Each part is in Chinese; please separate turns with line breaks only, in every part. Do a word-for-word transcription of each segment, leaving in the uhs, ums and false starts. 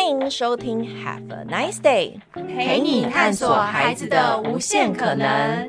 欢迎收听 Have a Nice Day，
陪你探索孩子的无限可能。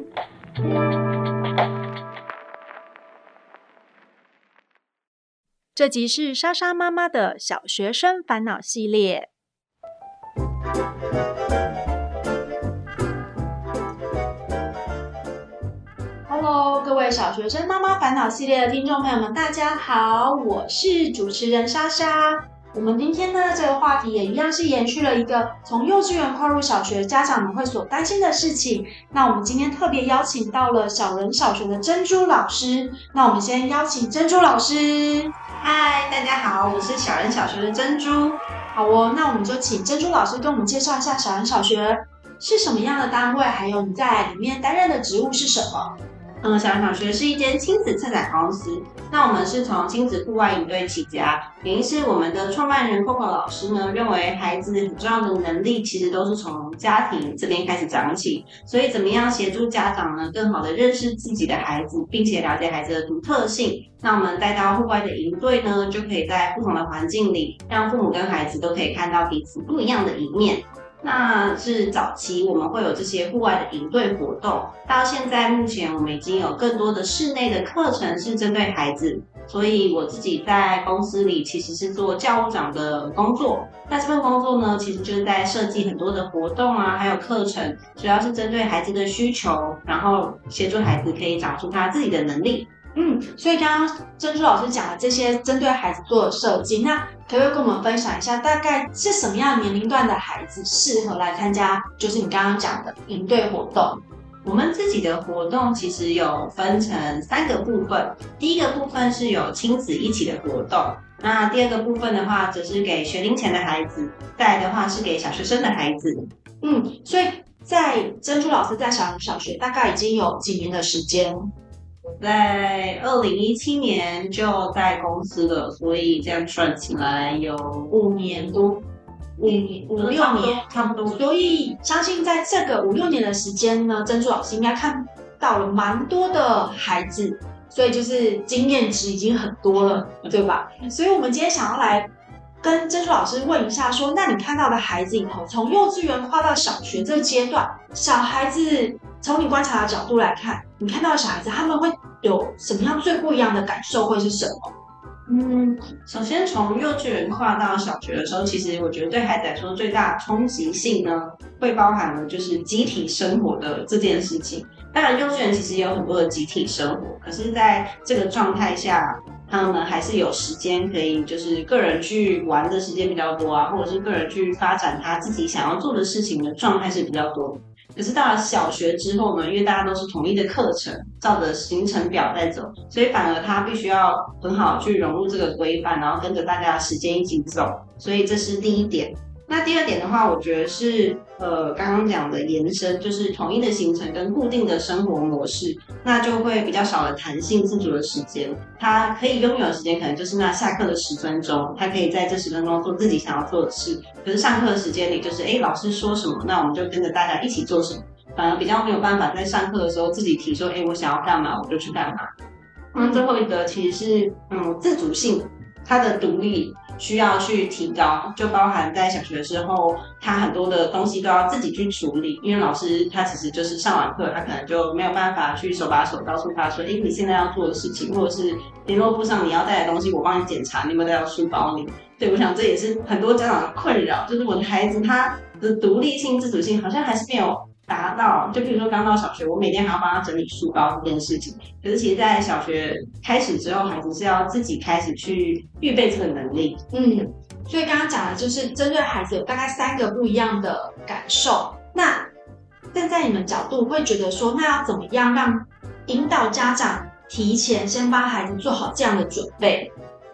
这集是莎莎妈妈的小学生烦恼系列。Hello， 各位小学生妈妈烦恼系列的听众朋友们，大家好，我是主持人莎莎。我们今天呢，这个话题也一样是延续了一个从幼稚园跨入小学家长们会所担心的事情。那我们今天特别邀请到了小人小学的珍珠老师。那我们先邀请珍珠老师。
嗨，大家好，我是小人小学的珍珠。
好哦，那我们就请珍珠老师跟我们介绍一下小人小学是什么样的单位，还有你在里面担任的职务是什么？
嗯，小人小学是一间亲子策展公司。那我们是从亲子户外营队起家，原因是我们的创办人 Coco 老师呢，认为孩子很重要的能力其实都是从家庭这边开始长起，所以怎么样协助家长呢，更好的认识自己的孩子，并且了解孩子的独特性。那我们带到户外的营队呢，就可以在不同的环境里，让父母跟孩子都可以看到彼此不一样的一面。那是早期我们会有这些户外的营队活动，到现在目前我们已经有更多的室内的课程是针对孩子，所以我自己在公司里其实是做教务长的工作。那这份工作呢，其实就是在设计很多的活动啊，还有课程，主要是针对孩子的需求，然后协助孩子可以长出他自己的能力。
嗯，所以刚刚珍珠老师讲的这些针对孩子做的设计，那可不可以跟我们分享一下，大概是什么样年龄段的孩子适合来参加，就是你刚刚讲的营队活动？
我们自己的活动其实有分成三个部分，第一个部分是有亲子一起的活动，那第二个部分的话则是给学龄前的孩子，再来的话是给小学生的孩子。
嗯，所以在珍珠老师在小人小学大概已经有几年的时间？
在二零一七年就在公司了，所以这样算起来有五年多，
五年五六年
差不多。
所以相信在这个五六年的时间呢，珍珠老师应该看到了蛮多的孩子，所以就是经验值已经很多了，对吧？所以我们今天想要来跟珍珠老师问一下说，那你看到的孩子里头，从幼稚园跨到小学这个阶段，小孩子从你观察的角度来看，你看到的小孩子他们会有什么样最不一样的感受会是什么？
嗯，首先从幼稚园跨到小学的时候，其实我觉得对孩子来说最大的冲击性呢，会包含了就是集体生活的这件事情。当然幼稚园其实也有很多的集体生活，可是在这个状态下，他们还是有时间可以就是个人去玩的时间比较多啊，或者是个人去发展他自己想要做的事情的状态是比较多的。可是到了小学之后呢，因为大家都是统一的课程，照着行程表在走，所以反而他必须要很好去融入这个规范，然后跟着大家的时间一起走，所以这是第一点。那第二点的话，我觉得是呃刚刚讲的延伸，就是统一的行程跟固定的生活模式，那就会比较少的弹性自主的时间。他可以拥有的时间可能就是那下课的十分钟，他可以在这十分钟做自己想要做的事。可是上课的时间里，就是哎老师说什么，那我们就跟着大家一起做什么，反而比较没有办法在上课的时候自己提说，哎我想要干嘛我就去干嘛。那最后一个其实是嗯自主性，他的独立需要去提高，就包含在小学的时候，他很多的东西都要自己去处理，因为老师他其实就是上完课，他可能就没有办法去手把手告诉他说，诶，你现在要做的事情，或者是联络簿上你要带的东西，我帮你检查，你有没有带到书包里。对，我想这也是很多家长的困扰，就是我的孩子他的独立性、自主性好像还是没有达到。就比如说刚到小学，我每天还要帮他整理书包这件事情，可是其实在小学开始之后，孩子是要自己开始去预备这个能力。
嗯，所以刚刚讲的就是针对孩子有大概三个不一样的感受。那站在你们角度会觉得说，那要怎么样让引导家长提前先帮孩子做好这样的准备？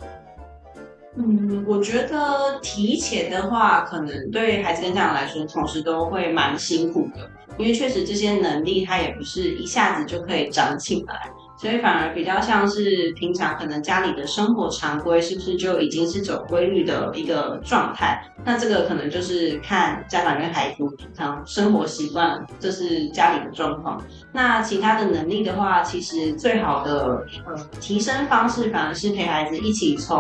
嗯，我觉得提前的话，可能对孩子跟家长来说，同时都会蛮辛苦的，因为确实这些能力它也不是一下子就可以长起来，所以反而比较像是平常可能家里的生活常规是不是就已经是走规律的一个状态，那这个可能就是看家长跟孩子平常生活习惯，这是家里的状况。那其他的能力的话，其实最好的呃提升方式反而是陪孩子一起从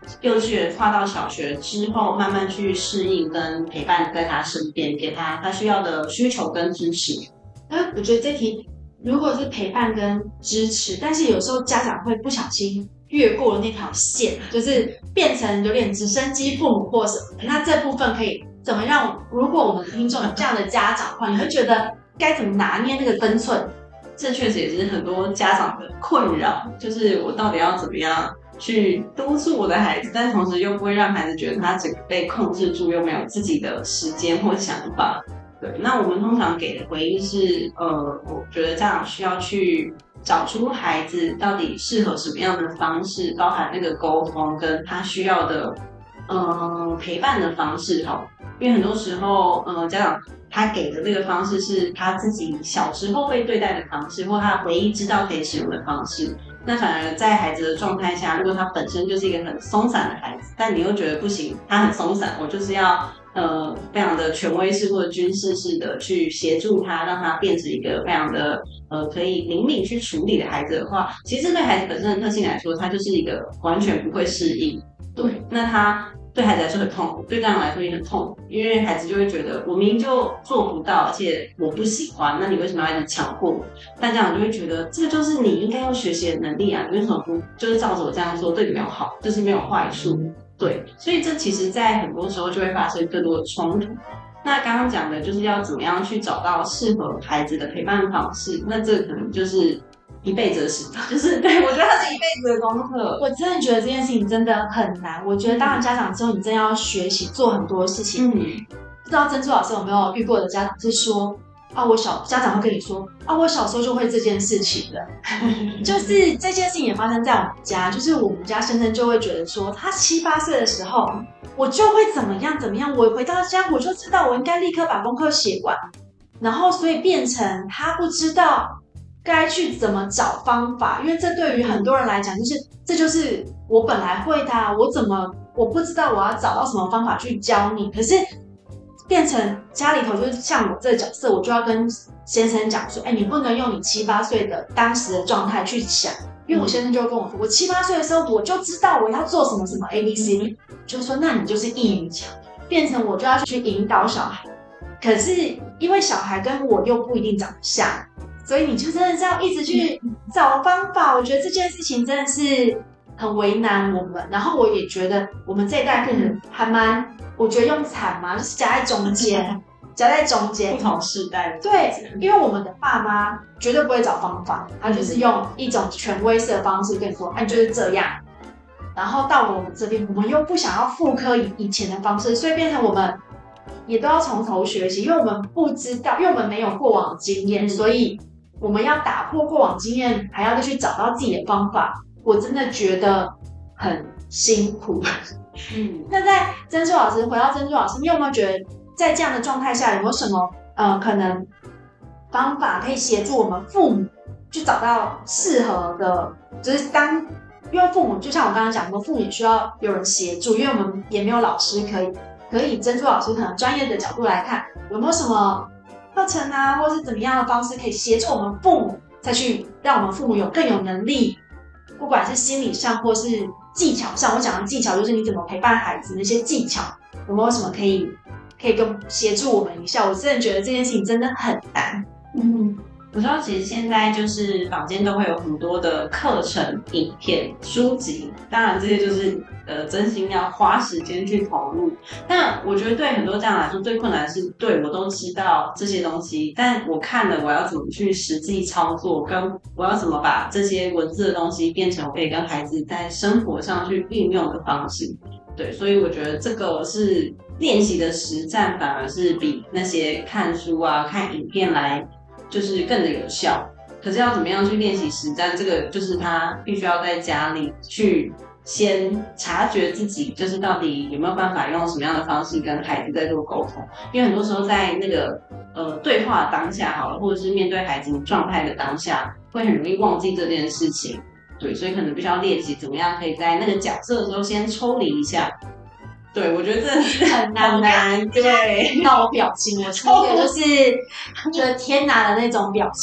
幼稚园跨到小学之后，慢慢去适应跟陪伴在他身边，给他他需要的需求跟支持。
哎，我觉得这题如果是陪伴跟支持，但是有时候家长会不小心越过了那条线，就是变成有点直升机父母或什么的。那这部分可以怎么让？如果我们听众有这样的家长的话，你会觉得该怎么拿捏那个分寸？
这确实也是很多家长的困扰，就是我到底要怎么样去督促我的孩子，但同时又不会让孩子觉得他整个被控制住，又没有自己的时间或想法。对，那我们通常给的回应是，呃，我觉得家长需要去找出孩子到底适合什么样的方式，包含那个沟通跟他需要的，呃，陪伴的方式哈。因为很多时候，呃，家长他给的这个方式是他自己小时候被对待的方式，或他唯一知道可以使用的方式。那反而在孩子的状态下，如果他本身就是一个很松散的孩子，但你又觉得不行，他很松散，我就是要呃非常的权威式或者军事式的去协助他，让他变成一个非常的呃可以灵敏去处理的孩子的话，其实对孩子本身的特性来说，他就是一个完全不会适应。对，那他对孩子来说很痛苦，对家长来说也很痛苦，因为孩子就会觉得我明明就做不到，而且我不喜欢，那你为什么要一直强迫我？但家长就会觉得这就是你应该要学习的能力啊，你为什么不就是照着我这样做，对你没有好，就是没有坏处。对，所以这其实在很多时候就会发生更多的冲突。那刚刚讲的就是要怎么样去找到适合孩子的陪伴方式，那这可能就是一辈子的事，就是对我觉得它是一辈子的功课。
我真的觉得这件事情真的很难。我觉得当了家长之后，你真的要学习做很多事情。嗯，不知道珍珠老师有没有遇过的家长是说啊，我小家长会跟你说啊，我小时候就会这件事情的，就是这件事情也发生在我们家，就是我们家先生就会觉得说，他七八岁的时候，我就会怎么样怎么样，我回到家我就知道我应该立刻把功课写完，然后所以变成他不知道该去怎么找方法，因为这对于很多人来讲，就是这就是我本来会的啊，我怎么我不知道我要找到什么方法去教你，可是变成家里头就是像我这个角色，我就要跟先生讲说，哎，你不能用你七八岁的当时的状态去想，因为我先生就会跟我说，我七八岁的时候我就知道我要做什么什么 A B C， 就是说那你就是异于强，变成我就要去引导小孩，可是因为小孩跟我又不一定长得像，所以你就真的是要一直去找方法。我觉得这件事情真的是很为难我们，然后我也觉得我们这一代人还蛮，我觉得用惨嘛，就是夹在中间，夹在中间，
不同世代。
对，因为我们的爸妈绝对不会找方法，他就是用一种权威式的方式跟你说，哎、啊，就是这样。然后到了我们这边，我们又不想要复刻以以前的方式，所以变成我们也都要从头学习，因为我们不知道，因为我们没有过往经验，所以我们要打破过往经验，还要再去找到自己的方法。我真的觉得很辛苦。嗯，那在珍珠老师回到珍珠老师，你有没有觉得在这样的状态下，有没有什么呃可能方法可以协助我们父母去找到适合的，就是当因为父母就像我刚刚讲，我们父母也需要有人协助，因为我们也没有老师可以可以珍珠老师可能专业的角度来看，有没有什么课程啊，或是怎么样的方式可以协助我们父母，再去让我们父母有更有能力，不管是心理上或是技巧上，我讲的技巧就是你怎么陪伴孩子那些技巧，有没有什么可以可以跟协助我们一下？我真的觉得这件事情真的很难。
嗯，我知道其实现在就是坊间都会有很多的课程、影片、书籍，当然这些就是呃真心要花时间去投入。但我觉得对很多家长来说，最困难的是，对我都知道这些东西，但我看了我要怎么去实际操作，跟我要怎么把这些文字的东西变成我可以跟孩子在生活上去运用的方式。对，所以我觉得这个是练习的实战，反而是比那些看书啊、看影片来就是更的有效。可是要怎么样去练习实战，这个就是他必须要在家里去先察觉自己，就是到底有没有办法用什么样的方式跟孩子在做沟通。因为很多时候在那个呃对话当下好了，或者是面对孩子状态的当下，会很容易忘记这件事情。对，所以可能必须要练习怎么样可以在那个角色的时候先抽离一下。对，我觉得这
很难，
很难。对，
看到我表情，我抽的就是觉得天哪的那种表情。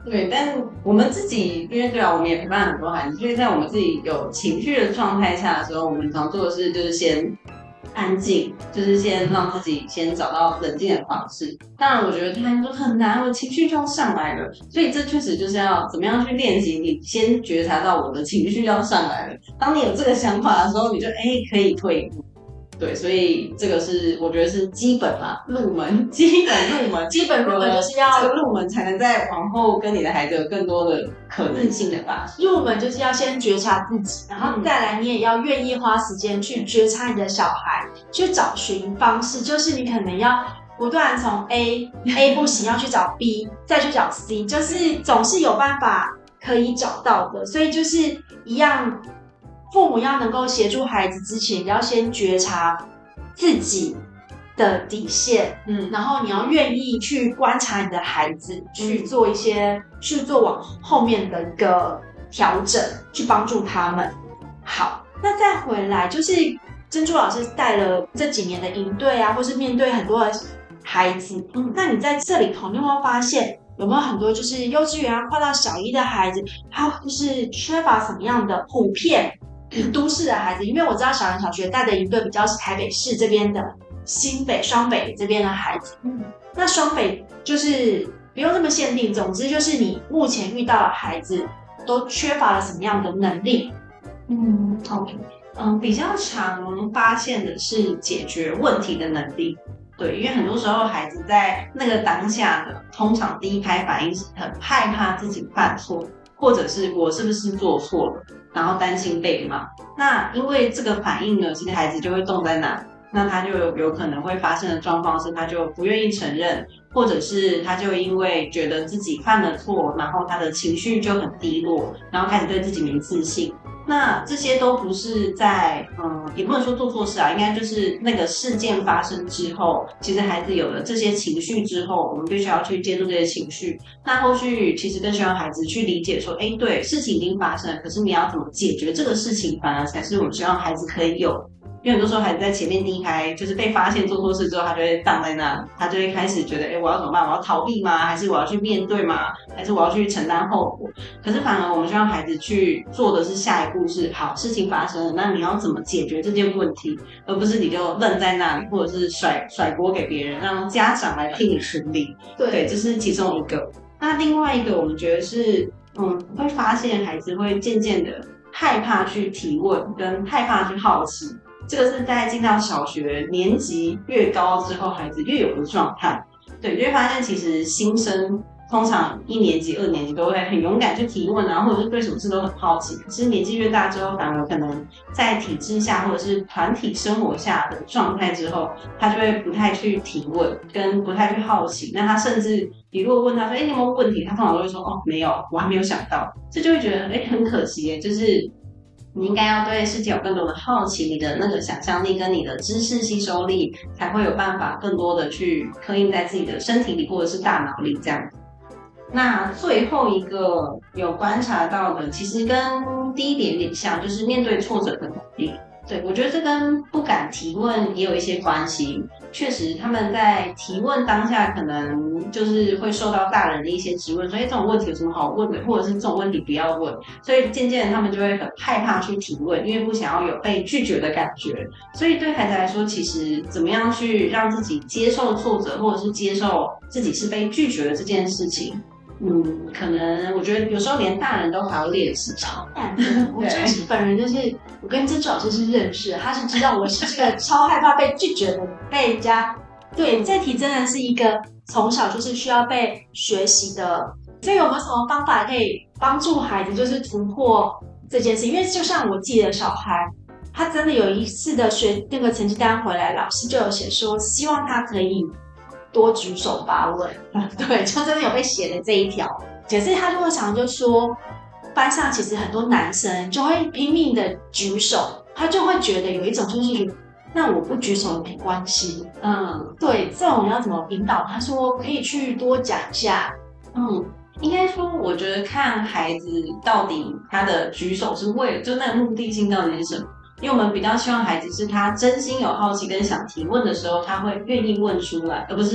对，但我们自己，因为对啊，我们也陪伴很多孩子，所以在我们自己有情绪的状态下的时候，我们常做的是就是先安静，就是先让自己先找到冷静的方式。当然，我觉得他说很难，我情绪就要上来了，所以这确实就是要怎么样去练习。你先觉察到我的情绪要上来了，当你有这个想法的时候，你就哎可以退一步。对，所以这个是我觉得是基本啦，入门，基本入门，
基本入门就是要
这个入门才能在往后跟你的孩子有更多的可能性的发生。
入门就是要先觉察自己，然后再来你也要愿意花时间去觉察你的小孩，去找寻方式，就是你可能要不断从 A A 不行要去找 B， 再去找 C， 就是总是有办法可以找到的。所以就是一样。父母要能够协助孩子之前，要先觉察自己的底线，嗯，然后你要愿意去观察你的孩子，嗯、去做一些去做往后面的一个调整，去帮助他们。好，那再回来就是珍珠老师带了这几年的营队啊，或是面对很多的孩子，嗯，那你在这里头，你有没有发现？有没有很多就是幼稚园啊，跨到小一的孩子，他就是缺乏什么样的普遍？都市的孩子，因为我知道小人小学带的营队比较是台北市这边的新北、双北这边的孩子。嗯，那双北就是不用那么限定，总之就是你目前遇到的孩子都缺乏了什么样的能力？
嗯 ，OK， 嗯，比较常发现的是解决问题的能力。对，因为很多时候孩子在那个当下的，通常第一拍反应是很害怕自己犯错，或者是我是不是做错了。然后担心被骂，那因为这个反应呢，其实孩子就会冻在那，那他就有有可能会发生的状况是，他就不愿意承认，或者是他就因为觉得自己犯了错，然后他的情绪就很低落，然后开始对自己没自信。那这些都不是在，嗯，也不能说做错事啊，应该就是那个事件发生之后，其实孩子有了这些情绪之后，我们必须要去接住这些情绪。那后续其实更需要孩子去理解说，哎，对，事情已经发生了，可是你要怎么解决这个事情，反而才是我们希望孩子可以有。因为很多时候孩子在前面第一拍就是被发现做错事之后，他就会荡在那，他就会开始觉得，哎，我要怎么办？我要逃避吗？还是我要去面对吗？还是我要去承担后果？可是反而我们希望孩子去做的是下一步是，好，事情发生了，那你要怎么解决这件问题，而不是你就愣在那里，或者是甩甩锅给别人，让家长来替你处理。对，对，这是其中一个。那另外一个，我们觉得是，嗯，会发现孩子会渐渐的害怕去提问，跟害怕去好奇。这个是在进到小学年级越高之后，孩子越有的状态。对，就会发现其实新生通常一年级、二年级都会很勇敢去提问啊，或者是对什么事都很好奇。可是年纪越大之后，反而可能在体制下或者是团体生活下的状态之后，他就会不太去提问，跟不太去好奇。那他甚至你如果问他说：“哎，你有没有问题？”他通常都会说：“哦，没有，我还没有想到。”这就会觉得哎，很可惜耶，就是。你应该要对世界有更多的好奇，你的那个想象力跟你的知识吸收力才会有办法更多的去刻印在自己的身体里或者是大脑里这样。那最后一个有观察到的，其实跟第一点有点像，就是面对挫折的能力。对，我觉得这跟不敢提问也有一些关系。确实，他们在提问当下，可能就是会受到大人的一些质问，说：“哎，这种问题有什么好问的？”或者是这种问题不要问。所以渐渐的，他们就会很害怕去提问，因为不想要有被拒绝的感觉。所以对孩子来说，其实怎么样去让自己接受挫折，或者是接受自己是被拒绝的这件事情。嗯，可能我觉得有时候连大人都还要练习。
超难的，我就是本人就是我跟珍珠老师是认识的，他是知道我是这个超害怕被拒绝的，被人家对这题真的是一个从小就是需要被学习的。所以有没有什么方法可以帮助孩子就是突破这件事？因为就像我自己的小孩，他真的有一次的学那个成绩单回来，老师就有写说希望他可以多举手发问，对，就真的有被写的这一条。可是他就会常就说，班上其实很多男生就会拼命的举手，他就会觉得有一种就是那我不举手没关系。嗯，对，这种要怎么引导？他说可以去多讲一下。
嗯，应该说，我觉得看孩子到底他的举手是为了，就那个目的性到底是什么。因为我们比较希望孩子是他真心有好奇跟想提问的时候，他会愿意问出来，而不是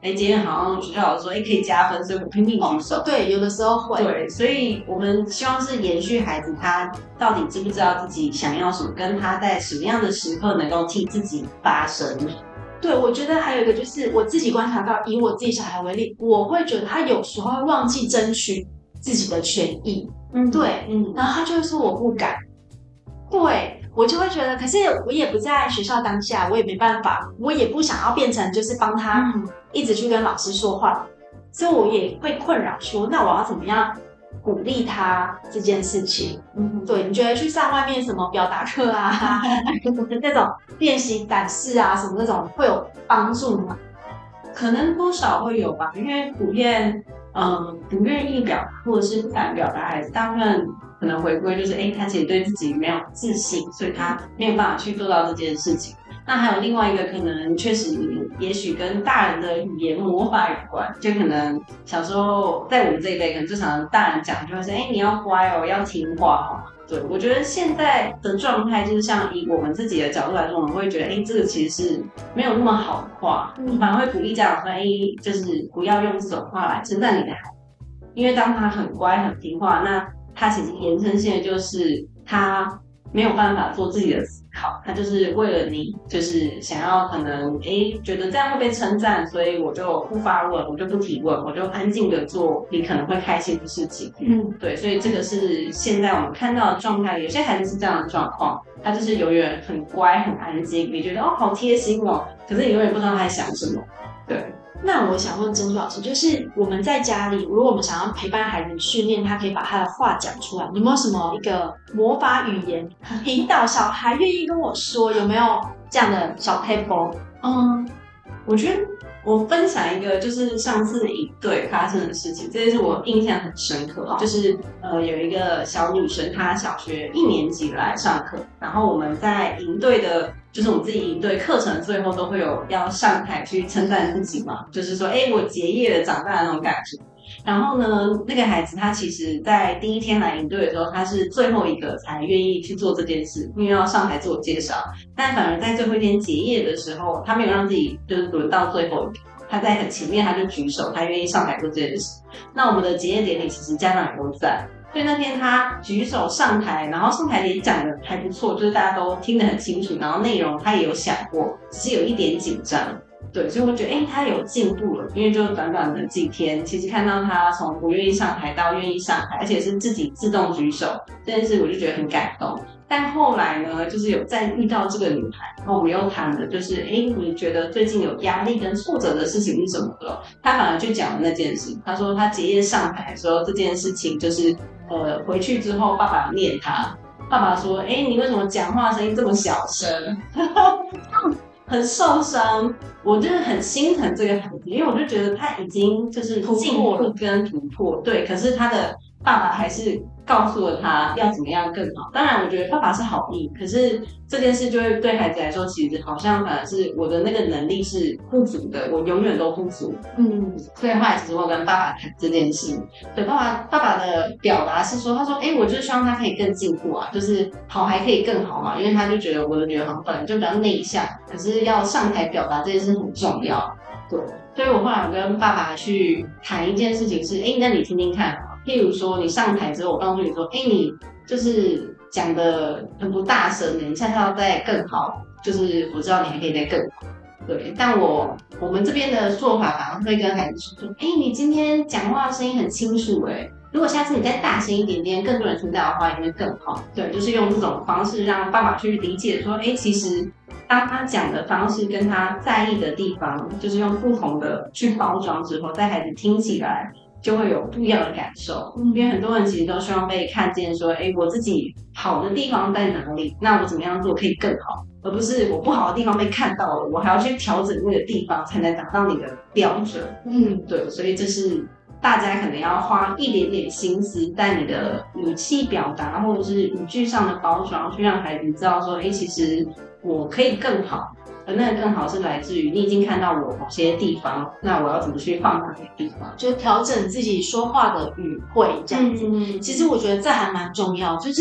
哎，今天好像学校老师说，哎，可以加分，所以我拼命举手。
哦，对，有的时候会。
对，所以我们希望是延续孩子他到底知不知道自己想要什么，跟他在什么样的时刻能够替自己发声。
对，我觉得还有一个就是我自己观察到，以我自己小孩为例，我会觉得他有时候会忘记争取自己的权益。
嗯，
对，
嗯，
然后他就会说我不敢。对，我就会觉得，可是我也不在学校当下，我也没办法，我也不想要变成就是帮他一直去跟老师说话，所以我也会困扰说，那我要怎么样鼓励他这件事情？嗯，对，你觉得去上外面什么表达课啊，那种练习展示啊，什么那种会有帮助吗？
可能多少会有吧，因为普遍，嗯，不愿意表达或者是不敢表达孩子，大部分可能回归就是，哎，他其实对自己没有自信，所以他没有办法去做到这件事情。那还有另外一个可能，确实也许跟大人的语言魔法有关，就可能小时候在我们这一辈，可能正常大人讲就会说，哎，你要乖哦，要听话哦。对，我觉得现在的状态就是像以我们自己的角度来说，我们会觉得，哎，这个其实是没有那么好的话，
嗯，
反而会鼓励家长说，哎，就是不要用这种话来称赞你的孩子，因为当他很乖很听话，那他其实延伸性的就是他没有办法做自己的思考，他就是为了你，就是想要可能诶觉得这样会被称赞，所以我就不发问，我就不提问，我就安静的做你可能会开心的事情。嗯，对，所以这个是现在我们看到的状态，有些孩子是这样的状况，他就是永远很乖很安静，你觉得哦好贴心哦，可是你永远不知道他在想什么。对。
那我想问珍珠老师，就是我们在家里，如果我们想要陪伴孩子训练他可以把他的话讲出来，有没有什么一个魔法语言引导小孩愿意跟我说？有没有这样的小 paper？
嗯，我觉得我分享一个就是上次营队发生的事情，这也是我印象很深刻。就是呃有一个小女生，她小学一年级来上课，然后我们在营队的。就是我们自己营队课程最后都会有要上台去称赞自己嘛，就是说，哎，我结业了，长大的那种感觉。然后呢，那个孩子他其实在第一天来营队的时候，他是最后一个才愿意去做这件事，因为要上台自我介绍。但反而在最后一天结业的时候，他没有让自己就是轮到最后一个，他在很前面他就举手，他愿意上台做这件事。那我们的结业典礼其实家长也都在。所以那天他举手上台，然后上台也讲的还不错，就是大家都听得很清楚，然后内容他也有想过，只是有一点紧张。对，所以我觉得，哎，他有进步了，因为就短短的几天，其实看到他从不愿意上台到愿意上台，而且是自己自动举手这件事，我就觉得很感动。但后来呢，就是有再遇到这个女孩，然后我们又谈的就是，哎，你觉得最近有压力跟挫折的事情是什么了？他反而去讲了那件事，他说他结业上台的时候，这件事情就是，呃，回去之后爸爸念他，爸爸说，哎，你为什么讲话声音这么小声？很受伤，我就是很心疼这个孩子，因为我就觉得他已经就是进步跟突破，对，可是他的爸爸还是告诉了他要怎么样更好。当然，我觉得爸爸是好意，可是这件事就会对孩子来说，其实好像反而是我的那个能力是不足的，我永远都不足。嗯，所以后来其实我跟爸爸谈这件事，对，爸爸爸爸的表达是说，他说，哎、欸，我就是希望他可以更进步啊，就是好还可以更好嘛，因为他就觉得我的女儿好像本来就比较内向，可是要上台表达这件事很重要。对，所以我后来我跟爸爸去谈一件事情是，哎、欸，那你听听看。譬如说，你上台之后，我告诉你说，哎、欸，你就是讲的很不大声的，你下次要再更好，就是我知道你还可以再更好。对，但我我们这边的做法，反而会跟孩子说，哎、欸，你今天讲话声音很清楚、欸，哎，如果下次你再大声一点点，更多人听到的话，也会更好。对，就是用这种方式让爸爸去理解说，哎、欸，其实当他讲的方式跟他在意的地方，就是用不同的去包装之后，在孩子听起来。就会有不一样的感受，因为很多人其实都希望被看见，说，哎，我自己好的地方在哪里？那我怎么样做可以更好？而不是我不好的地方被看到了，我还要去调整那个地方，才能达到你的标准。嗯，对，所以这是大家可能要花一点点心思，在你的语气表达或者是语句上的包装，去让孩子知道说，哎，其实我可以更好。而那个更好是来自于你已经看到我某些地方，那我要怎么去放大那个地方，
就调整自己说话的语汇这样子。嗯、其实我觉得这还蛮重要，就是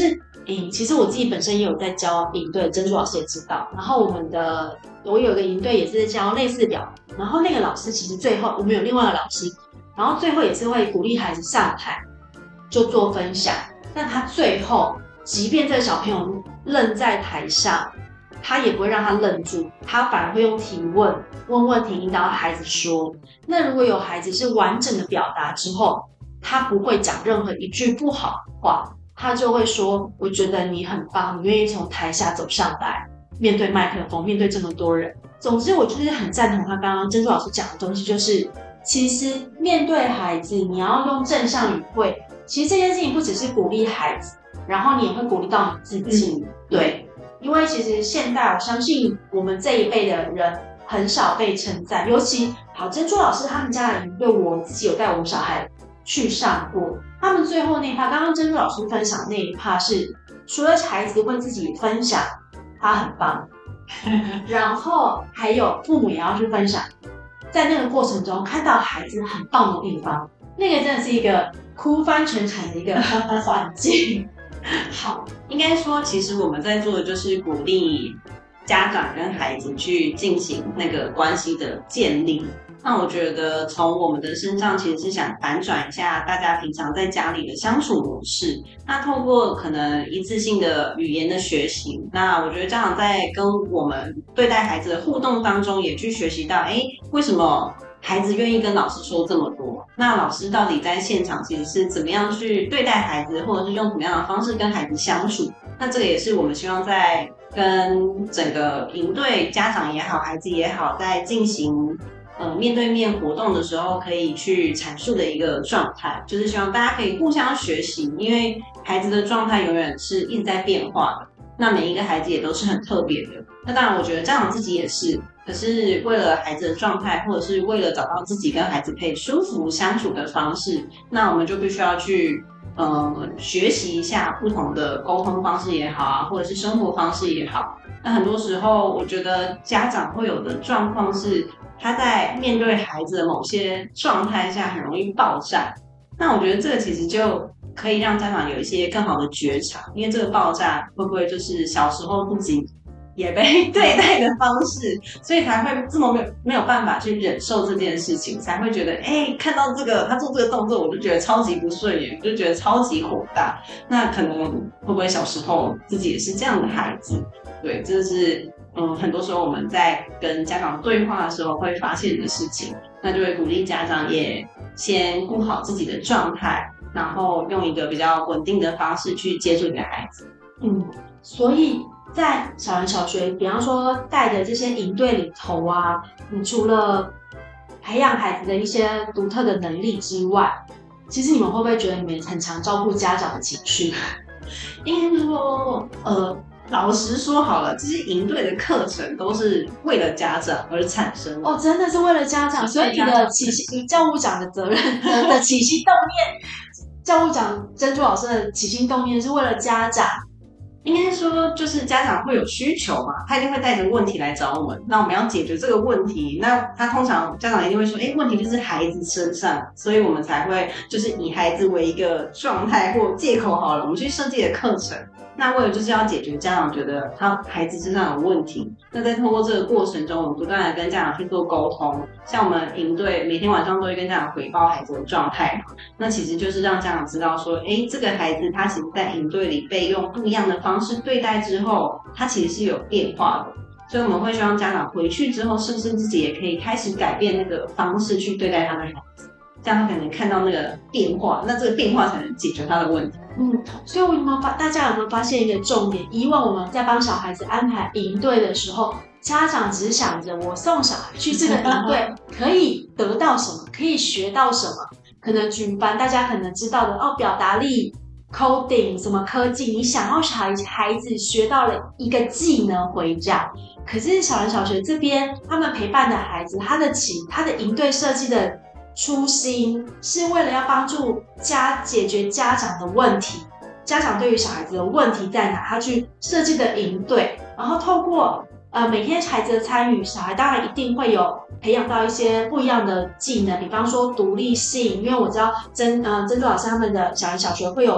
营，其实我自己本身也有在教营队，珍珠老师也知道。然后我们的我有一个营队也是教类似表，然后那个老师其实最后我们有另外一个老师，然后最后也是会鼓励孩子上台就做分享。但他最后，即便这个小朋友愣在台上，他也不会让他愣住，他反而会用提问、问问题引导孩子说。那如果有孩子是完整的表达之后，他不会讲任何一句不好的话，他就会说：“我觉得你很棒，你愿意从台下走上来，面对麦克风，面对这么多人。”总之，我就是很赞同他刚刚珍珠老师讲的东西，就是其实面对孩子，你要用正向语汇。其实这件事情不只是鼓励孩子，然后你也会鼓励到你自己。嗯、对，因为其实现代，我相信我们这一辈的人很少被称赞，尤其好珍珠老师他们家的营队，我自己有带我们小孩去上过。他们最后那一趴，刚刚珍珠老师分享那一趴是，除了孩子会自己分享他很棒，然后还有父母也要去分享，在那个过程中看到孩子很棒的地方，那个真的是一个哭翻全场的一个环境。
好，应该说，其实我们在做的就是鼓励家长跟孩子去进行那个关系的建立。那我觉得从我们的身上其实是想反转一下大家平常在家里的相处模式。那透过可能一次性的语言的学习，那我觉得家长在跟我们对待孩子的互动当中，也去学习到，哎，为什么孩子愿意跟老师说这么多？那老师到底在现场其实是怎么样去对待孩子，或者是用什么样的方式跟孩子相处？那这个也是我们希望在跟整个营队家长也好，孩子也好，在进行呃面对面活动的时候，可以去阐述的一个状态，就是希望大家可以互相学习，因为孩子的状态永远是一直在变化的。那每一个孩子也都是很特别的。那当然，我觉得家长自己也是。可是为了孩子的状态，或者是为了找到自己跟孩子可以舒服相处的方式，那我们就必须要去呃学习一下不同的沟通方式也好啊，或者是生活方式也好。那很多时候，我觉得家长会有的状况是，他在面对孩子的某些状态下很容易爆炸。那我觉得这个其实就可以让家长有一些更好的觉察，因为这个爆炸会不会就是小时候自己也被对待的方式，所以才会这么没有没有办法去忍受这件事情，才会觉得哎、欸，看到这个他做这个动作，我就觉得超级不顺眼，我就觉得超级火大。那可能会不会小时候自己也是这样的孩子？对，这是嗯，很多时候我们在跟家长对话的时候会发现的事情，那就会鼓励家长也先顾好自己的状态，然后用一个比较稳定的方式去接触你的孩子。
嗯，所以在小人小学，比方说带的这些营队里头啊，你除了培养孩子的一些独特的能力之外，其实你们会不会觉得你们很常照顾家长的情绪？
应该说，呃，老实说好了，这些营队的课程都是为了家长而产生的。
哦，真的是为了家长，所以你的起心，教务长的责任的的起心动念，教务长珍珠老师的起心动念是为了家长。
应该说，就是家长会有需求嘛，他一定会带着问题来找我们，那我们要解决这个问题。那他通常家长一定会说，哎，问题就是孩子身上，所以我们才会就是以孩子为一个状态或借口好了，我们去设计的课程。那为了就是要解决家长觉得他孩子身上有问题，那在透过这个过程中，我们不断的跟家长去做沟通。像我们营队每天晚上都会跟家长回报孩子的状态嘛，那其实就是让家长知道说，哎，这个孩子他其实在营队里被用不一样的方式对待之后，他其实是有变化的。所以我们会希望家长回去之后，甚至自己也可以开始改变那个方式去对待他的孩子。这样他可能看到那个变化，那这个变化才能解决他的问题。
嗯，所以我有没有发，大家有没有发现一个重点？以往我们在帮小孩子安排营队的时候，家长只想着我送小孩去这个营队可以得到什么，可以学到什么。可能举凡大家可能知道的哦，表达力、coding 什么科技，你想要小孩孩子学到了一个技能回家。可是小人小学这边，他们陪伴的孩子，他的起他的营队设计的初心是为了要帮助家解决家长的问题，家长对于小孩子的问题在哪，他去设计的营队，然后透过呃每天孩子的参与，小孩当然一定会有培养到一些不一样的技能，比方说独立性，因为我知道珍呃珍珠老师他们的小人小学会有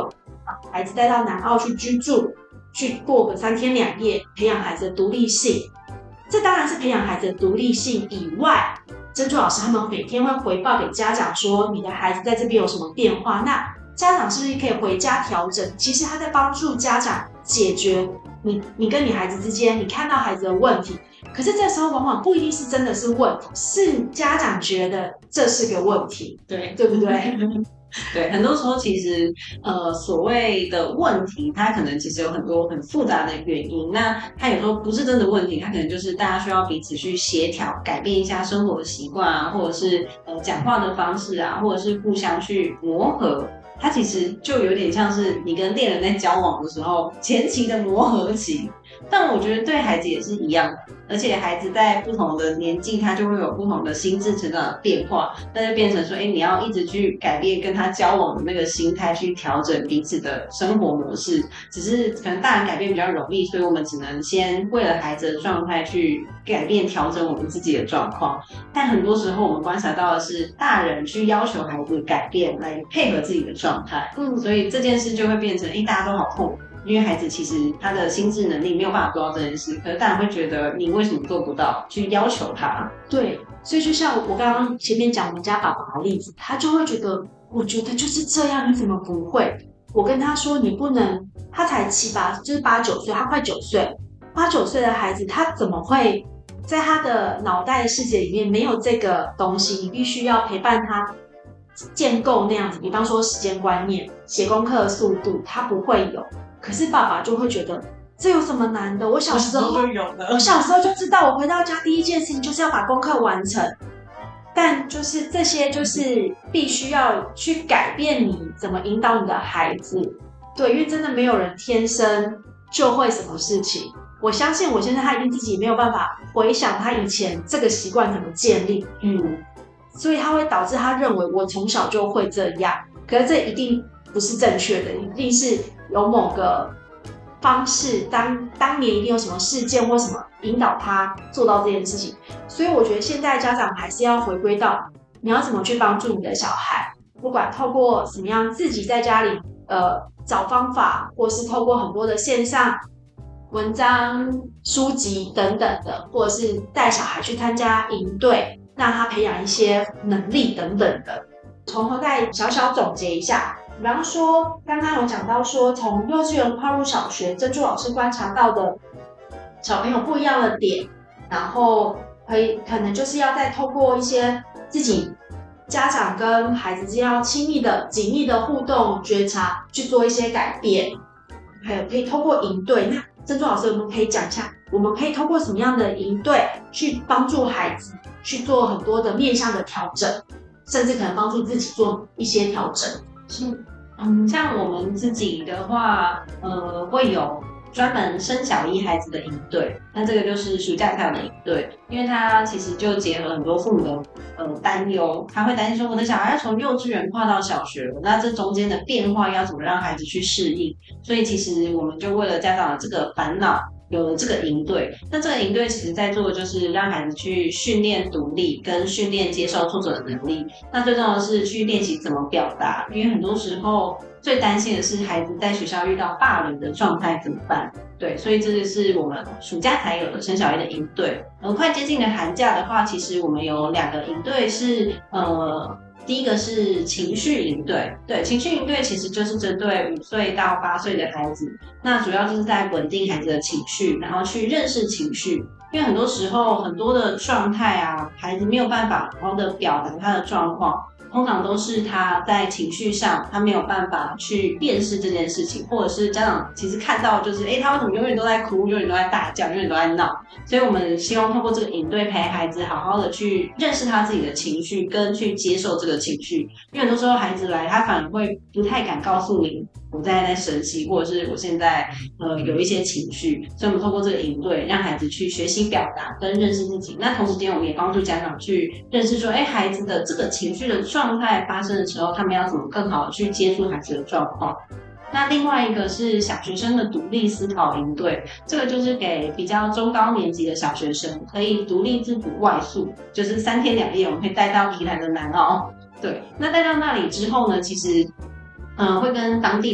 把孩子带到南澳去居住，去过个三天两夜，培养孩子的独立性。这当然是培养孩子的独立性以外，珍珠老师他们每天会回报给家长说，你的孩子在这边有什么变化，那家长是不是可以回家调整？其实他在帮助家长解决你你跟你孩子之间你看到孩子的问题，可是这时候往往不一定是真的是问题，是家长觉得这是个问题，
对
对不对？
对，很多时候其实呃所谓的问题，它可能其实有很多很复杂的原因。那它有时候不是真的问题，它可能就是大家需要彼此去协调，改变一下生活的习惯啊，或者是呃讲话的方式啊，或者是互相去磨合。它其实就有点像是你跟恋人在交往的时候前期的磨合期，但我觉得对孩子也是一样的，而且孩子在不同的年纪，他就会有不同的心智成长的变化，那就变成说，哎，你要一直去改变跟他交往的那个心态，去调整彼此的生活模式。只是可能大人改变比较容易，所以我们只能先为了孩子的状态去改变调整我们自己的状况。但很多时候我们观察到的是，大人去要求孩子改变来配合自己的状态，嗯，所以这件事就会变成，哎，大家都好痛苦。因为孩子其实他的心智能力没有办法做到这件事，可是大人会觉得你为什么做不到，去要求他。
对，所以就像我刚刚前面讲我们家爸爸的例子，他就会觉得，我觉得就是这样，你怎么不会？我跟他说你不能，他才七八，就是八九岁，他快九岁，八九岁的孩子，他怎么会在他的脑袋的世界里面没有这个东西？你必须要陪伴他建构那样子，比方说时间观念、写功课的速度，他不会有。可是爸爸就会觉得这有什么难的？我小时候
就有了，
我小时候就知道，我回到家第一件事情就是要把功课完成。但就是这些，就是必须要去改变你怎么引导你的孩子。对，因为真的没有人天生就会什么事情。我相信我现在他一定自己没有办法回想他以前这个习惯怎么建立，嗯，所以他会导致他认为我从小就会这样，可是这一定不是正确的，一定是有某个方式，当当年一定有什么事件或什么引导他做到这件事情。所以我觉得现在家长还是要回归到你要怎么去帮助你的小孩，不管透过什么样自己在家里呃找方法，或是透过很多的线上文章、书籍等等的，或者是带小孩去参加营队，让他培养一些能力等等的。从头再小小总结一下，比方说刚刚有讲到说，从幼稚园跨入小学，珍珠老师观察到的小朋友不一样的点，然后可以可能就是要再透过一些自己家长跟孩子之间要亲密的、紧密的互动觉察，去做一些改变。还有可以透过营队，那珍珠老师我们可以讲一下，我们可以透过什么样的营队去帮助孩子去做很多的面向的调整，甚至可能帮助自己做一些调整。
是，嗯，像我们自己的话，呃，会有专门升小一孩子的营队，那这个就是暑假才有的营队，因为它其实就结合很多父母的呃担忧，他会担心说我的小孩要从幼稚园跨到小学了，那这中间的变化要怎么让孩子去适应？所以其实我们就为了家长的这个烦恼，有了这个营队。那这个营队其实在做的就是让孩子去训练独立跟训练接受挫折的能力。那最重要的是去练习怎么表达，因为很多时候最担心的是孩子在学校遇到霸凌的状态怎么办？对，所以这就是我们暑假才有的升小一的营队。呃，快接近的寒假的话，其实我们有两个营队是呃。第一个是情绪营队，对，情绪营队其实就是针对五岁到八岁的孩子，那主要就是在稳定孩子的情绪，然后去认识情绪，因为很多时候很多的状态啊，孩子没有办法好好的表达他的状况，通常都是他在情绪上他没有办法去辨识这件事情，或者是家长其实看到就是诶他为什么永远都在哭，永远都在大叫，永远都在闹，所以我们希望透过这个营队陪孩子好好的去认识他自己的情绪跟去接受这个情绪，因为很多时候孩子来他反而会不太敢告诉你我现在在生气，或者是我现在呃有一些情绪，所以我们透过这个营队让孩子去学习表达跟认识自己，那同时间我们也帮助家长去认识说诶孩子的这个情绪的状态发生的时候，他们要怎么更好的去接触孩子的状况。那另外一个是小学生的独立思考营队，这个就是给比较中高年级的小学生可以独立自主外宿，就是三天两夜我们可以带到宜兰的南澳。对，那带到那里之后呢，其实嗯、呃，会跟当地的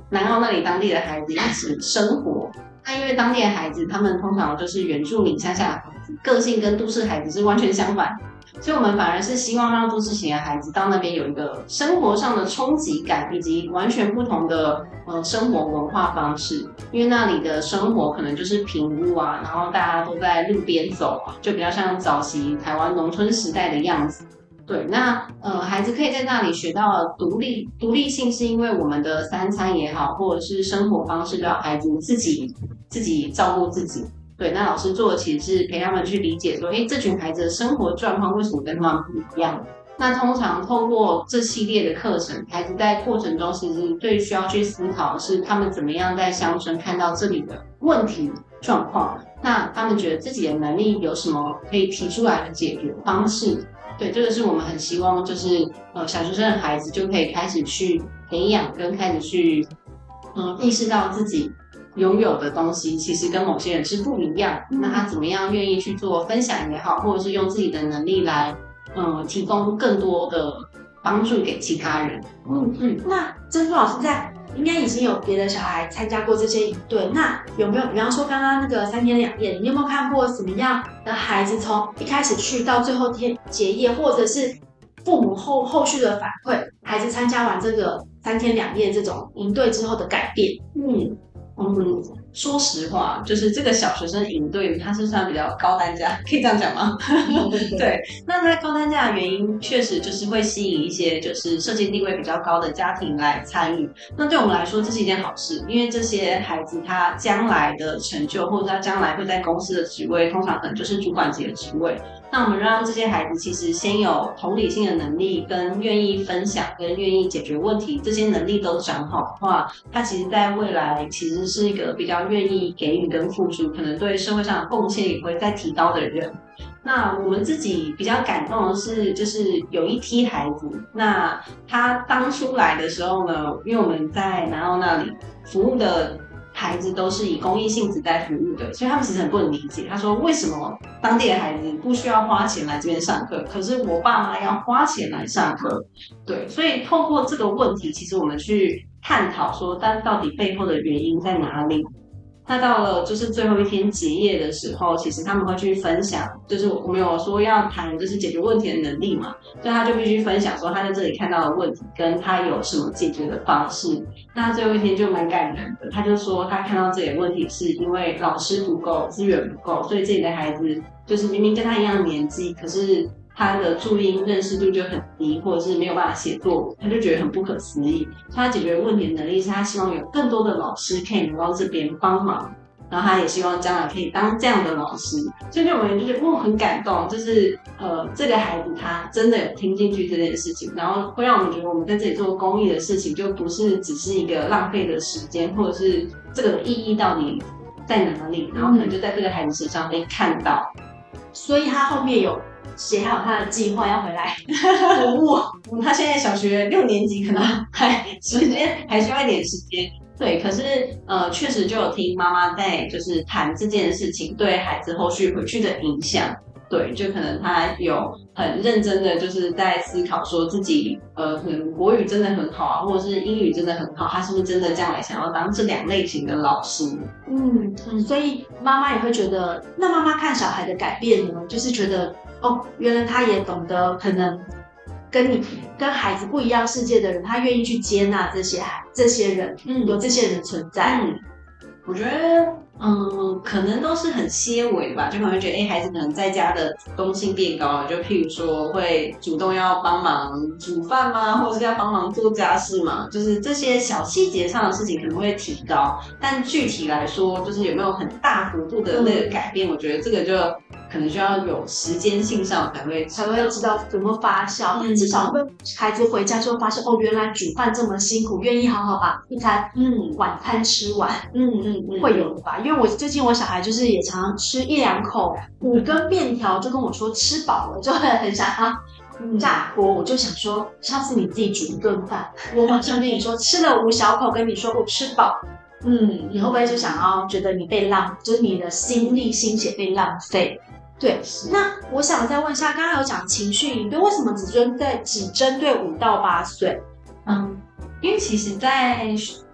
南澳那里当地的孩子一起生活。那因为当地的孩子，他们通常就是原住民乡下的孩子，个性跟都市孩子是完全相反，所以我们反而是希望让都市型的孩子到那边有一个生活上的冲击感，以及完全不同的呃生活文化方式。因为那里的生活可能就是平屋啊，然后大家都在路边走啊，就比较像早期台湾农村时代的样子。对，那呃，孩子可以在那里学到独立独立性，是因为我们的三餐也好，或者是生活方式，让孩子自己自己照顾自己。对，那老师做的其实是陪他们去理解说，诶，这群孩子的生活状况为什么跟他们不一样？那通常透过这系列的课程，孩子在过程中其实最需要去思考的是他们怎么样在乡村看到这里的问题状况，那他们觉得自己的能力有什么可以提出来的解决方式。对，这个是我们很希望，就是呃小学生的孩子就可以开始去培养，跟开始去嗯意识到自己拥有的东西其实跟某些人是不一样。嗯、那他怎么样愿意去做分享也好，或者是用自己的能力来嗯提供更多的帮助给其他人。
嗯嗯。那珍珠老师在应该已经有别的小孩参加过这些营队，那有没有比方说刚刚那个三天两夜，你有没有看过什么样的孩子从一开始去到最后天结业，或者是父母后后续的反馈，孩子参加完这个三天两夜这种营队之后的改变？
嗯嗯，说实话，就是这个小学生营队它是算比较高单价，可以这样讲吗？对，那它高单价的原因确实就是会吸引一些就是社经地位比较高的家庭来参与。那对我们来说这是一件好事，因为这些孩子他将来的成就，或者他将来会在公司的职位，通常可能就是主管级的职位。那我们让这些孩子其实先有同理心的能力，跟愿意分享，跟愿意解决问题，这些能力都长好的话，他其实在未来其实是一个比较愿意给予跟付出，可能对社会上的贡献也会再提高的人。那我们自己比较感动的是，就是有一批孩子，那他当初来的时候呢，因为我们在南澳那里服务的孩子都是以公益性质在服务的，所以他们其实很不能理解。他说，为什么当地的孩子不需要花钱来这边上课，可是我爸妈要花钱来上课？对，所以透过这个问题，其实我们去探讨说，但到底背后的原因在哪里？那到了就是最后一天结业的时候，其实他们会去分享，就是我们有说要谈就是解决问题的能力嘛，所以他就必须分享说他在这里看到的问题跟他有什么解决的方式。那最后一天就蛮感人的，他就说他看到这里的问题是因为老师不够，资源不够，所以这里的孩子就是明明跟他一样的年纪，可是他的注音认识度就很低，或者是没有办法写作文，他就觉得很不可思议。所以他解决问题的能力是他希望有更多的老师可以能到这边帮忙，然后他也希望将来可以当这样的老师。所以对我们就觉得我很感动，就是呃这个孩子他真的有听进去这件事情，然后会让我们觉得我们在这里做公益的事情就不是只是一个浪费的时间，或者是这个的意义到底在哪里，然后可能就在这个孩子身上被看到。
所以他后面有写好他的计划要回来服务。
他现在小学六年级，可能还时间还需要一点时间。对，可是呃，确实就有听妈妈在就是谈这件事情对孩子后续回去的影响。对，就可能他有很认真的就是在思考说自己呃可能国语真的很好啊，或者是英语真的很好，他是不是真的将来想要当这两类型的老师？
嗯嗯，所以妈妈也会觉得，那妈妈看小孩的改变呢，就是觉得哦，原来他也懂得可能跟你跟孩子不一样世界的人，他愿意去接纳这些孩这些人，嗯，有这些人的存在。
嗯，我觉得嗯，可能都是很些微的吧，就可能会觉得，哎、欸，孩子可能在家的主动性变高了，就譬如说会主动要帮忙煮饭吗，或者是要帮忙做家事嘛，就是这些小细节上的事情可能会提高，但具体来说，就是有没有很大幅度的那个改变，嗯、我觉得这个就可能需要有时间性上才会
才会知道怎么发酵，嗯、至少会孩子回家之后发现，哦，原来煮饭这么辛苦，愿意好好把一餐嗯晚餐吃完，嗯嗯嗯，会有的吧。因为我最近我小孩就是也常常吃一两口五根面条，就跟我说吃饱了，就会很想要炸锅。我就想说，下次你自己煮一顿饭，我马上跟你说吃了五小口，跟你说我吃饱。嗯，你会不会就想要觉得你被浪，就是你的心力心血被浪费？对，那我想再问一下，刚刚有讲情绪营队，为什么只针对只针对五到八岁？
嗯，因为其实在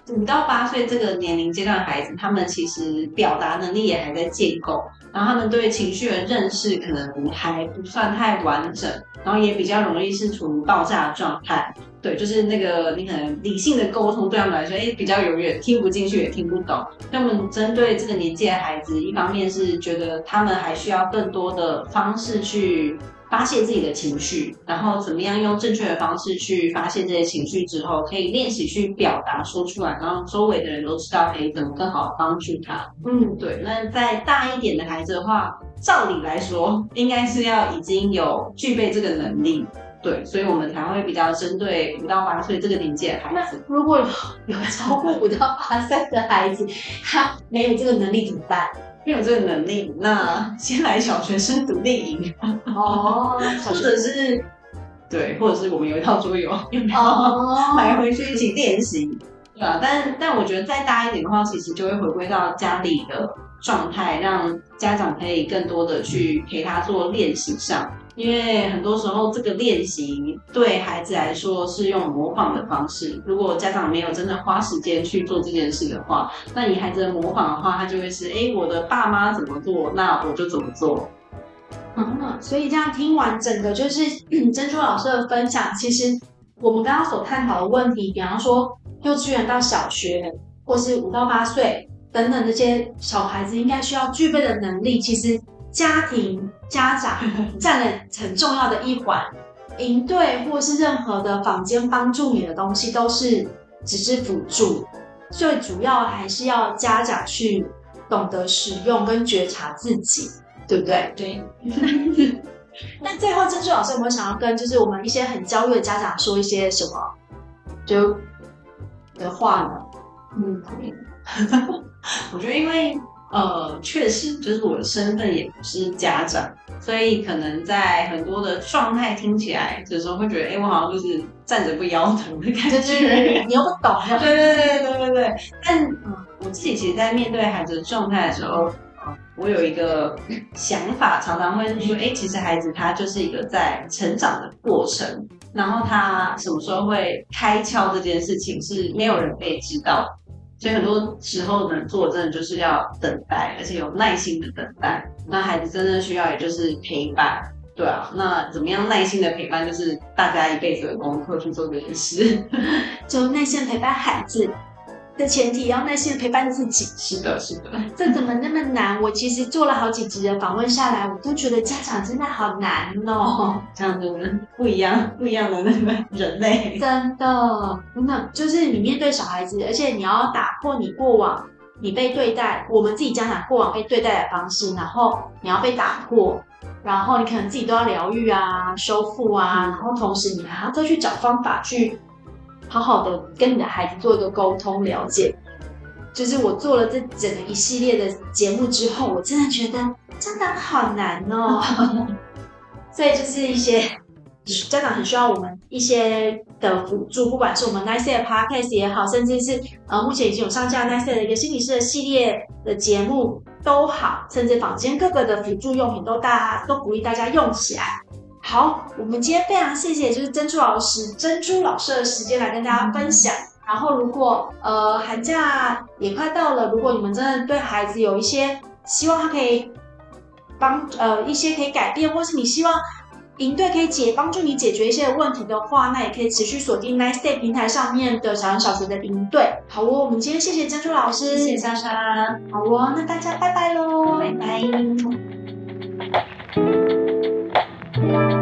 五到八岁这个年龄阶段的孩子，他们其实表达能力也还在建构，然后他们对情绪的认识可能还不算太完整，然后也比较容易是处于爆炸的状态。对，就是那个你可能理性的沟通对他们来说，哎，比较永远听不进去也听不懂。那我们针对这个年纪的孩子，一方面是觉得他们还需要更多的方式去发泄自己的情绪，然后怎么样用正确的方式去发泄这些情绪之后，可以练习去表达说出来，然后周围的人都知道可以怎么更好的帮助他。嗯，对。那再大一点的孩子的话，照理来说应该是要已经有具备这个能力。对，所以我们才会比较针对五到八岁这个年纪的孩子。
那如果有有超过五到八岁的孩子，他没有这个能力怎么办？
没有这个能力，那先来小学生独立营
哦，
或者是对，或者是我们有一套桌游，有没有、哦、买回去一起练习？对啊，但但我觉得再大一点的话，其实就会回归到家里的状态，让家长可以更多的去陪他做练习上。因为很多时候这个练习对孩子来说是用模仿的方式，如果家长没有真的花时间去做这件事的话，那以孩子的模仿的话，他就会是哎，我的爸妈怎么做，那我就怎么做。
嗯，所以这样听完整个就是珍珠老师的分享，其实我们刚刚所探讨的问题，比方说幼稚园到小学，或是五到八岁等等这些小孩子应该需要具备的能力，其实家庭家长占了很重要的一环，营队或是任何的坊间帮助你的东西都是只是辅助，最主要还是要家长去懂得使用跟觉察自己，对不对？
对。
那最后珍珠老师有没有想要跟就是我们一些很焦虑的家长说一些什么就的话呢？
嗯，我觉得因为呃，确实就是我的身份也不是家长，所以可能在很多的状态听起来，有时候会觉得，哎、欸，我好像就是站着不腰疼的感觉，
就是你又不懂。
对对对对对对。但、嗯、我自己其实，在面对孩子的状态的时候，嗯、我有一个想法，常常会是说，哎、欸，其实孩子他就是一个在成长的过程，然后他什么时候会开窍这件事情是没有人可以知道。所以很多时候能做真的就是要等待，而且有耐心的等待。那孩子真正需要也就是陪伴，对啊。那怎么样耐心的陪伴，就是大家一辈子的功课去做这件事。
就耐心陪伴孩子的前提，要耐心的陪伴自己。
是的，是的。
这怎么那么难？我其实做了好几集的访问下来，我都觉得家长真的好难哦。
这样子不一样，不一样的那个人类。
真的，真的，就是你面对小孩子，而且你要打破你过往你被对待，我们自己家长过往被对待的方式，然后你要被打破，然后你可能自己都要疗愈啊、修复啊，然后同时你还要再去找方法去好好的跟你的孩子做一个沟通了解。就是我做了这整个一系列的节目之后，我真的觉得家长好难哦。所以就是一些家长很需要我们一些的辅助，不管是我们 Nice Day 的 Podcast 也好，甚至是呃目前已经有上架 Nice Day 的一个心理师的系列的节目都好，甚至坊间各个的辅助用品都大家都鼓励大家用起来。好，我们今天非常谢谢就是珍珠老师珍珠老师的时间来跟大家分享。然后如果呃寒假也快到了，如果你们真的对孩子有一些希望他可以帮呃一些可以改变，或是你希望营队可以解帮助你解决一些问题的话，那也可以持续锁定 Nice Day 平台上面的小人小学的营队。好哦，我们今天谢谢珍珠老师，
谢谢莎莎。
好哦，那大家拜拜喽，
拜拜。